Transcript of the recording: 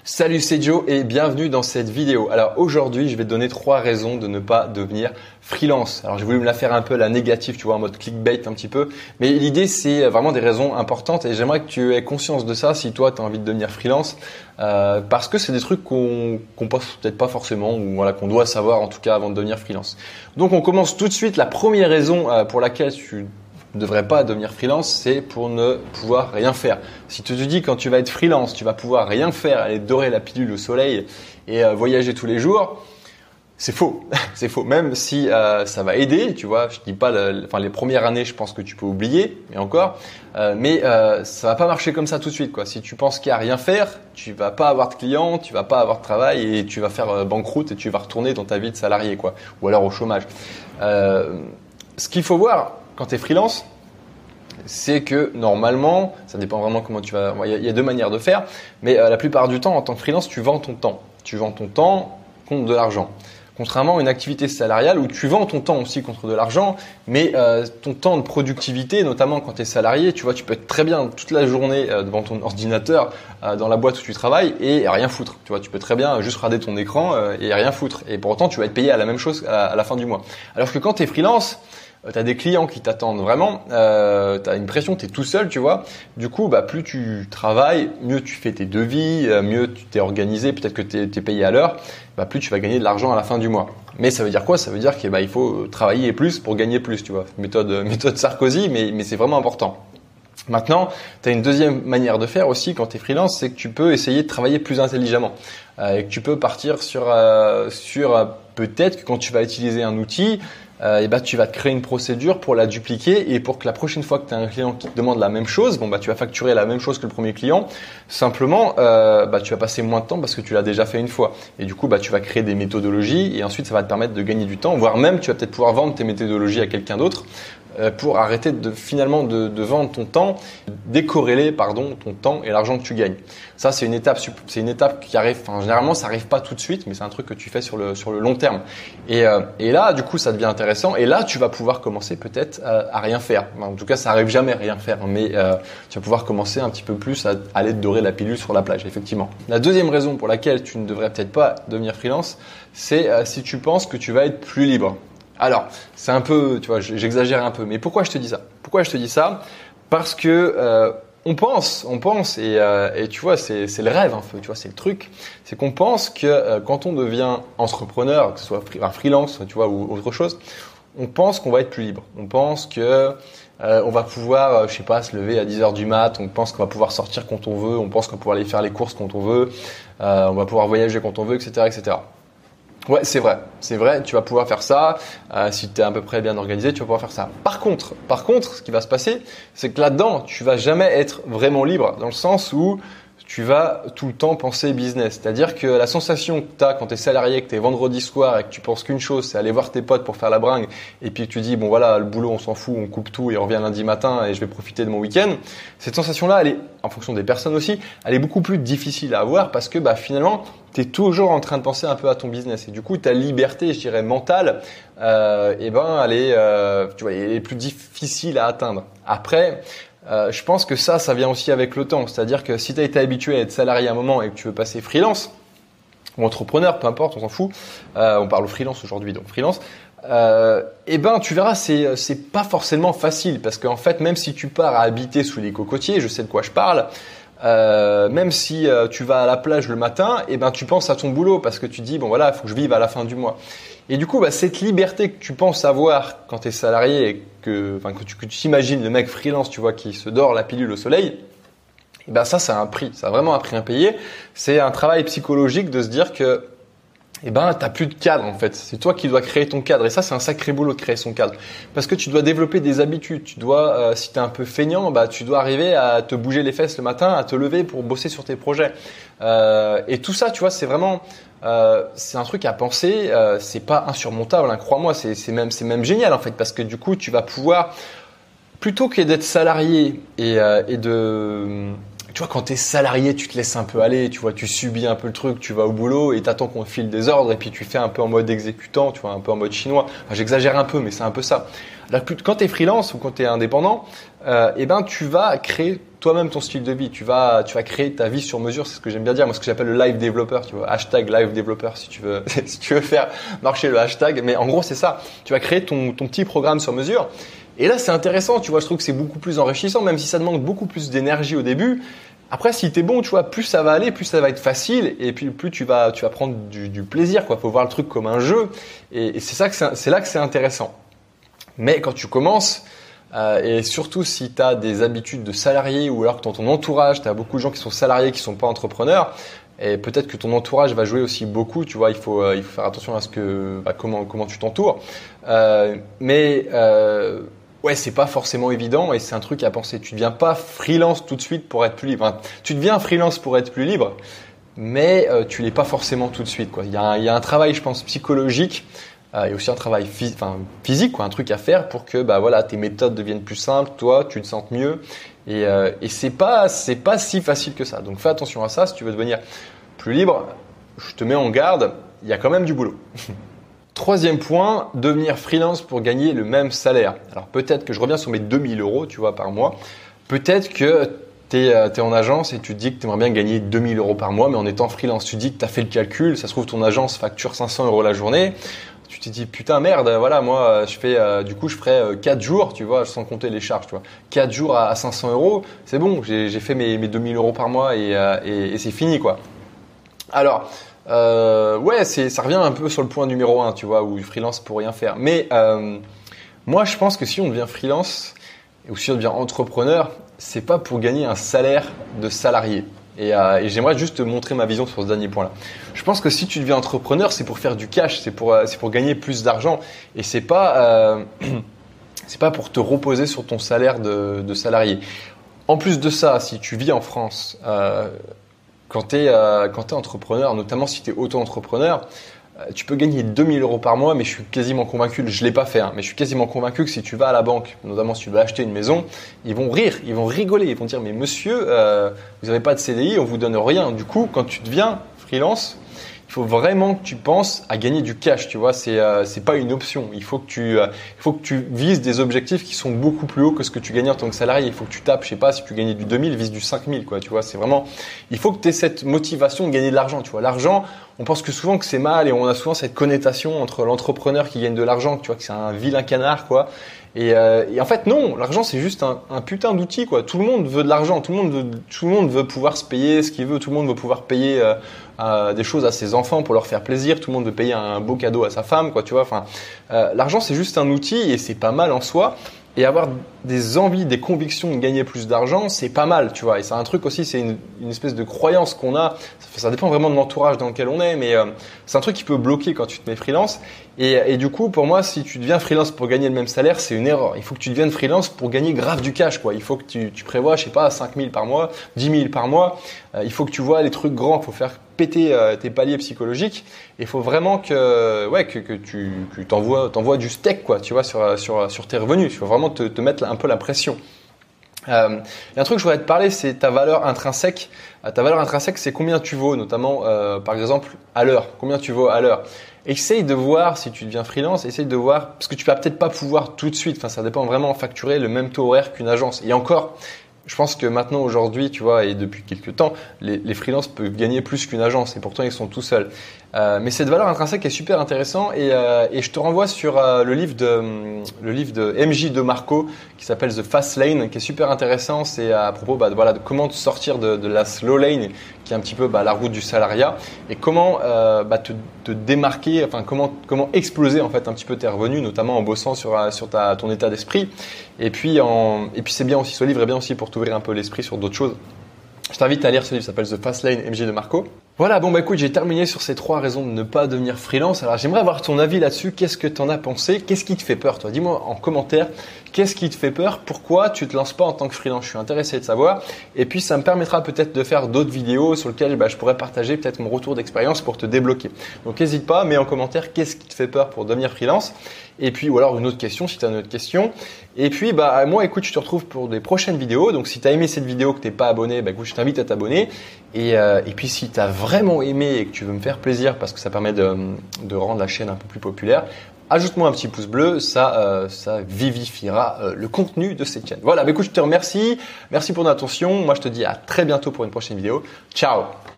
Salut, c'est Joe et bienvenue dans cette vidéo. Alors aujourd'hui, je vais te donner 3 raisons de ne pas devenir freelance. Alors j'ai voulu me la faire un peu à la négative, tu vois, en mode clickbait un petit peu. Mais l'idée, c'est vraiment des raisons importantes et j'aimerais que tu aies conscience de ça si toi, tu as envie de devenir freelance. Parce que c'est des trucs qu'on pense peut-être pas forcément ou voilà, qu'on doit savoir en tout cas avant de devenir freelance. Donc on commence tout de suite. La première raison pour laquelle tu ne devrais pas devenir freelance, c'est pour ne pouvoir rien faire. Si tu te dis quand tu vas être freelance, tu vas pouvoir rien faire, aller dorer la pilule au soleil et voyager tous les jours, c'est faux. C'est faux. Même si ça va aider, tu vois, je dis pas, les premières années, je pense que tu peux oublier, mais encore, mais ça va pas marcher comme ça tout de suite, quoi. Si tu penses qu'il y a rien faire, tu vas pas avoir de clients, tu vas pas avoir de travail et tu vas faire banqueroute et tu vas retourner dans ta vie de salarié, quoi, ou alors au chômage. Ce qu'il faut voir quand tu es freelance, c'est que normalement, ça dépend vraiment comment tu vas. Il y a 2 manières de faire, mais la plupart du temps, en tant que freelance, tu vends ton temps. Tu vends ton temps contre de l'argent. Contrairement à une activité salariale où tu vends ton temps aussi contre de l'argent, mais ton temps de productivité, notamment quand tu es salarié, tu vois, tu peux être très bien toute la journée devant ton ordinateur dans la boîte où tu travailles et rien foutre. Tu vois, tu peux très bien juste regarder ton écran et rien foutre. Et pour autant, tu vas être payé à la même chose à la fin du mois. Alors que quand tu es freelance, tu as des clients qui t'attendent vraiment, tu as une pression, tu es tout seul, tu vois. Du coup, plus tu travailles, mieux tu fais tes devis, mieux tu t'es organisé, peut-être que tu es payé à l'heure, plus tu vas gagner de l'argent à la fin du mois. Mais ça veut dire quoi? Ça veut dire qu'il faut travailler plus pour gagner plus, tu vois. Méthode Sarkozy, mais c'est vraiment important. Maintenant, tu as une deuxième manière de faire aussi quand tu es freelance, c'est que tu peux essayer de travailler plus intelligemment et que tu peux partir sur peut-être que quand tu vas utiliser un outil, tu vas te créer une procédure pour la dupliquer et pour que la prochaine fois que tu as un client qui te demande la même chose, tu vas facturer la même chose que le premier client. Simplement, tu vas passer moins de temps parce que tu l'as déjà fait une fois. Et du coup, tu vas créer des méthodologies et ensuite ça va te permettre de gagner du temps, voire même tu vas peut-être pouvoir vendre tes méthodologies à quelqu'un d'autre pour arrêter de vendre ton temps, décorréler ton temps et l'argent que tu gagnes. Ça, c'est une étape qui arrive. Généralement, ça arrive pas tout de suite, mais c'est un truc que tu fais sur le long terme. Et là, du coup, ça devient intéressant. Et là, tu vas pouvoir commencer peut-être à rien faire. En tout cas, ça arrive jamais à rien faire, mais tu vas pouvoir commencer un petit peu plus à aller te dorer la pilule sur la plage, effectivement. La deuxième raison pour laquelle tu ne devrais peut-être pas devenir freelance, c'est si tu penses que tu vas être plus libre. Alors, c'est un peu, tu vois, j'exagère un peu, mais pourquoi je te dis ça? Parce que on pense, et tu vois, c'est le rêve un peu, tu vois, c'est le truc, c'est qu'on pense que quand on devient entrepreneur, que ce soit freelance, tu vois, ou autre chose, on pense qu'on va être plus libre. On pense que on va pouvoir, se lever à 10h du mat, on pense qu'on va pouvoir sortir quand on veut, on pense qu'on va pouvoir aller faire les courses quand on veut, on va pouvoir voyager quand on veut, etc., etc. Ouais, c'est vrai, tu vas pouvoir faire ça, si tu es à peu près bien organisé, tu vas pouvoir faire ça. Par contre, ce qui va se passer, c'est que là-dedans, tu vas jamais être vraiment libre, dans le sens où tu vas tout le temps penser business. C'est-à-dire que la sensation que tu as quand tu es salarié, que tu es vendredi soir et que tu penses qu'une chose, c'est aller voir tes potes pour faire la bringue et puis que tu dis, bon voilà, le boulot, on s'en fout, on coupe tout et on revient lundi matin et je vais profiter de mon week-end. Cette sensation-là, elle est, en fonction des personnes aussi, elle est beaucoup plus difficile à avoir parce que finalement, tu es toujours en train de penser un peu à ton business. Et du coup, ta liberté, je dirais, mentale, elle est plus difficile à atteindre. Après, je pense que ça vient aussi avec le temps. C'est-à-dire que si tu as été habitué à être salarié à un moment et que tu veux passer freelance ou entrepreneur, peu importe, on s'en fout. On parle freelance aujourd'hui, donc freelance. Tu verras, c'est pas forcément facile parce qu'en fait, même si tu pars à habiter sous les cocotiers, je sais de quoi je parle. Même si tu vas à la plage le matin, tu penses à ton boulot parce que tu dis bon voilà, il faut que je vive à la fin du mois. Et du coup, cette liberté que tu penses avoir quand tu es salarié et que tu t'imagines le mec freelance, tu vois, qui se dort la pilule au soleil, ça a un prix, ça a vraiment un prix à payer. C'est un travail psychologique de se dire que t'as plus de cadre en fait. C'est toi qui dois créer ton cadre et ça c'est un sacré boulot de créer son cadre parce que tu dois développer des habitudes. Tu dois, si t'es un peu feignant, tu dois arriver à te bouger les fesses le matin, à te lever pour bosser sur tes projets. Et tout ça, tu vois, c'est vraiment, c'est un truc à penser. C'est pas insurmontable, hein, crois-moi. C'est même génial en fait parce que du coup tu vas pouvoir plutôt que d'être salarié et de Tu vois, quand tu es salarié, tu te laisses un peu aller, tu vois, tu subis un peu le truc, tu vas au boulot et t'attends qu'on te file des ordres et puis tu fais un peu en mode exécutant, tu vois, un peu en mode chinois. Enfin, j'exagère un peu, mais c'est un peu ça. Alors que quand tu es freelance ou quand tu es indépendant, tu vas créer toi-même ton style de vie. Tu vas créer ta vie sur mesure. C'est ce que j'aime bien dire. Moi, ce que j'appelle le live developer, tu vois, hashtag live developer si tu veux, si tu veux faire marcher le hashtag. Mais en gros, c'est ça. Tu vas créer ton petit programme sur mesure. Et là, c'est intéressant, tu vois, je trouve que c'est beaucoup plus enrichissant, même si ça demande beaucoup plus d'énergie au début. Après, si t'es bon, tu vois, plus ça va aller, plus ça va être facile, et puis plus tu vas prendre du plaisir, quoi. Faut voir le truc comme un jeu, et c'est là que c'est intéressant. Mais quand tu commences, et surtout si tu as des habitudes de salarié, ou alors que dans ton entourage, tu as beaucoup de gens qui sont salariés, qui sont pas entrepreneurs, et peut-être que ton entourage va jouer aussi beaucoup, tu vois, il faut faire attention à comment tu t'entoures. Ouais, c'est pas forcément évident et c'est un truc à penser. Tu deviens pas freelance tout de suite pour être plus libre. Enfin, tu deviens freelance pour être plus libre, mais tu l'es pas forcément tout de suite, quoi. Il y a un travail, je pense, psychologique et aussi un travail physique, quoi, un truc à faire pour que tes méthodes deviennent plus simples, toi, tu te sentes mieux et c'est pas si facile que ça. Donc fais attention à ça si tu veux devenir plus libre. Je te mets en garde, il y a quand même du boulot. Troisième point, devenir freelance pour gagner le même salaire. Alors peut-être que je reviens sur mes 2000 €, tu vois, par mois. Peut-être que tu es en agence et tu te dis que tu aimerais bien gagner 2000 € par mois, mais en étant freelance, tu te dis que tu as fait le calcul, ça se trouve ton agence facture 500 € la journée. Tu te dis putain merde, voilà, moi je ferai 4 jours, tu vois, sans compter les charges, tu vois. 4 jours à 500 €, c'est bon, j'ai fait mes 2000 € par mois et c'est fini, quoi. Alors, ça revient un peu sur le point numéro 1, tu vois, où freelance pour rien faire. Mais moi, je pense que si on devient freelance ou si on devient entrepreneur, c'est pas pour gagner un salaire de salarié. Et j'aimerais juste te montrer ma vision sur ce dernier point-là. Je pense que si tu deviens entrepreneur, c'est pour faire du cash, c'est pour gagner plus d'argent, et c'est pas pour te reposer sur ton salaire de salarié. En plus de ça, si tu vis en France, quand tu es entrepreneur, notamment si tu es auto-entrepreneur, tu peux gagner 2000 € par mois, mais je suis quasiment convaincu, je ne l'ai pas fait, mais je suis quasiment convaincu que si tu vas à la banque, notamment si tu veux acheter une maison, ils vont rire, ils vont rigoler, ils vont dire « mais monsieur, vous n'avez pas de CDI, on ne vous donne rien ». Du coup, quand tu deviens freelance, il faut vraiment que tu penses à gagner du cash, tu vois, c'est pas une option. Il faut que tu vises des objectifs qui sont beaucoup plus hauts que ce que tu gagnais en tant que salarié. Il faut que tu tapes, je sais pas, si tu gagnais du 2000, vise du 5000, quoi, tu vois, c'est vraiment, il faut que tu aies cette motivation de gagner de l'argent, tu vois. L'argent, on pense que souvent que c'est mal et on a souvent cette connotation entre l'entrepreneur qui gagne de l'argent, tu vois, que c'est un vilain canard, quoi. Et en fait, non, l'argent, c'est juste un putain d'outil, quoi. Tout le monde veut de l'argent, tout le monde veut pouvoir se payer ce qu'il veut, tout le monde veut pouvoir payer des choses à ses enfants pour leur faire plaisir, tout le monde veut payer un beau cadeau à sa femme, quoi, tu vois. Enfin, l'argent, c'est juste un outil et c'est pas mal en soi. Et avoir des envies, des convictions de gagner plus d'argent, c'est pas mal, tu vois. Et c'est un truc aussi, c'est une espèce de croyance qu'on a. Ça dépend vraiment de l'entourage dans lequel on est, mais c'est un truc qui peut bloquer quand tu te mets freelance. Et du coup, pour moi, si tu deviens freelance pour gagner le même salaire, c'est une erreur. Il faut que tu deviennes freelance pour gagner grave du cash, quoi. Il faut que tu prévois, je sais pas, 5000 par mois, 10 000 par mois. Il faut que tu vois les trucs grands. Il faut faire péter tes paliers psychologiques. Et il faut vraiment que tu t'envoies du steak, quoi, tu vois, sur tes revenus. Il faut vraiment te mettre un peu la pression. Il y a un truc que je voudrais te parler, c'est ta valeur intrinsèque. Ta valeur intrinsèque, c'est combien tu vaux, notamment par exemple à l'heure. Combien tu vaux à l'heure. Essaye de voir, si tu deviens freelance, essaye de voir, parce que tu vas peut-être pas pouvoir tout de suite, enfin ça dépend vraiment, facturer le même taux horaire qu'une agence. Et encore, je pense que maintenant, aujourd'hui, tu vois, et depuis quelques temps, les freelances peuvent gagner plus qu'une agence et pourtant ils sont tout seuls. Mais cette valeur intrinsèque est super intéressante et je te renvoie sur le livre de MJ DeMarco qui s'appelle The Fast Lane, qui est super intéressant. C'est à propos de comment te sortir de la slow lane, qui est un petit peu la route du salariat, et comment te démarquer, enfin comment exploser en fait un petit peu tes revenus, notamment en bossant sur ton état d'esprit. Et puis c'est bien aussi, ce livre est bien aussi pour t'ouvrir un peu l'esprit sur d'autres choses. Je t'invite à lire ce livre, ça s'appelle The Fast Lane, MJ DeMarco. Voilà, bon bah écoute, j'ai terminé sur ces 3 raisons de ne pas devenir freelance. Alors j'aimerais avoir ton avis là-dessus. Qu'est-ce que tu en as pensé? Qu'est-ce qui te fait peur toi? Dis-moi en commentaire, qu'est-ce qui te fait peur? Pourquoi tu te lances pas en tant que freelance? Je suis intéressé de savoir. Et puis ça me permettra peut-être de faire d'autres vidéos sur lesquelles je pourrais partager peut-être mon retour d'expérience pour te débloquer. Donc n'hésite pas, mets en commentaire qu'est-ce qui te fait peur pour devenir freelance. Et puis ou alors une autre question si tu as une autre question. Et puis moi écoute, je te retrouve pour des prochaines vidéos. Donc si tu as aimé cette vidéo, que tu n'es pas abonné, écoute, je t'invite à t'abonner. Et puis si tu as vraiment aimé et que tu veux me faire plaisir parce que ça permet de rendre la chaîne un peu plus populaire, ajoute-moi un petit pouce bleu, ça vivifiera le contenu de cette chaîne. Voilà, écoute, je te remercie. Merci pour ton attention. Moi, je te dis à très bientôt pour une prochaine vidéo. Ciao!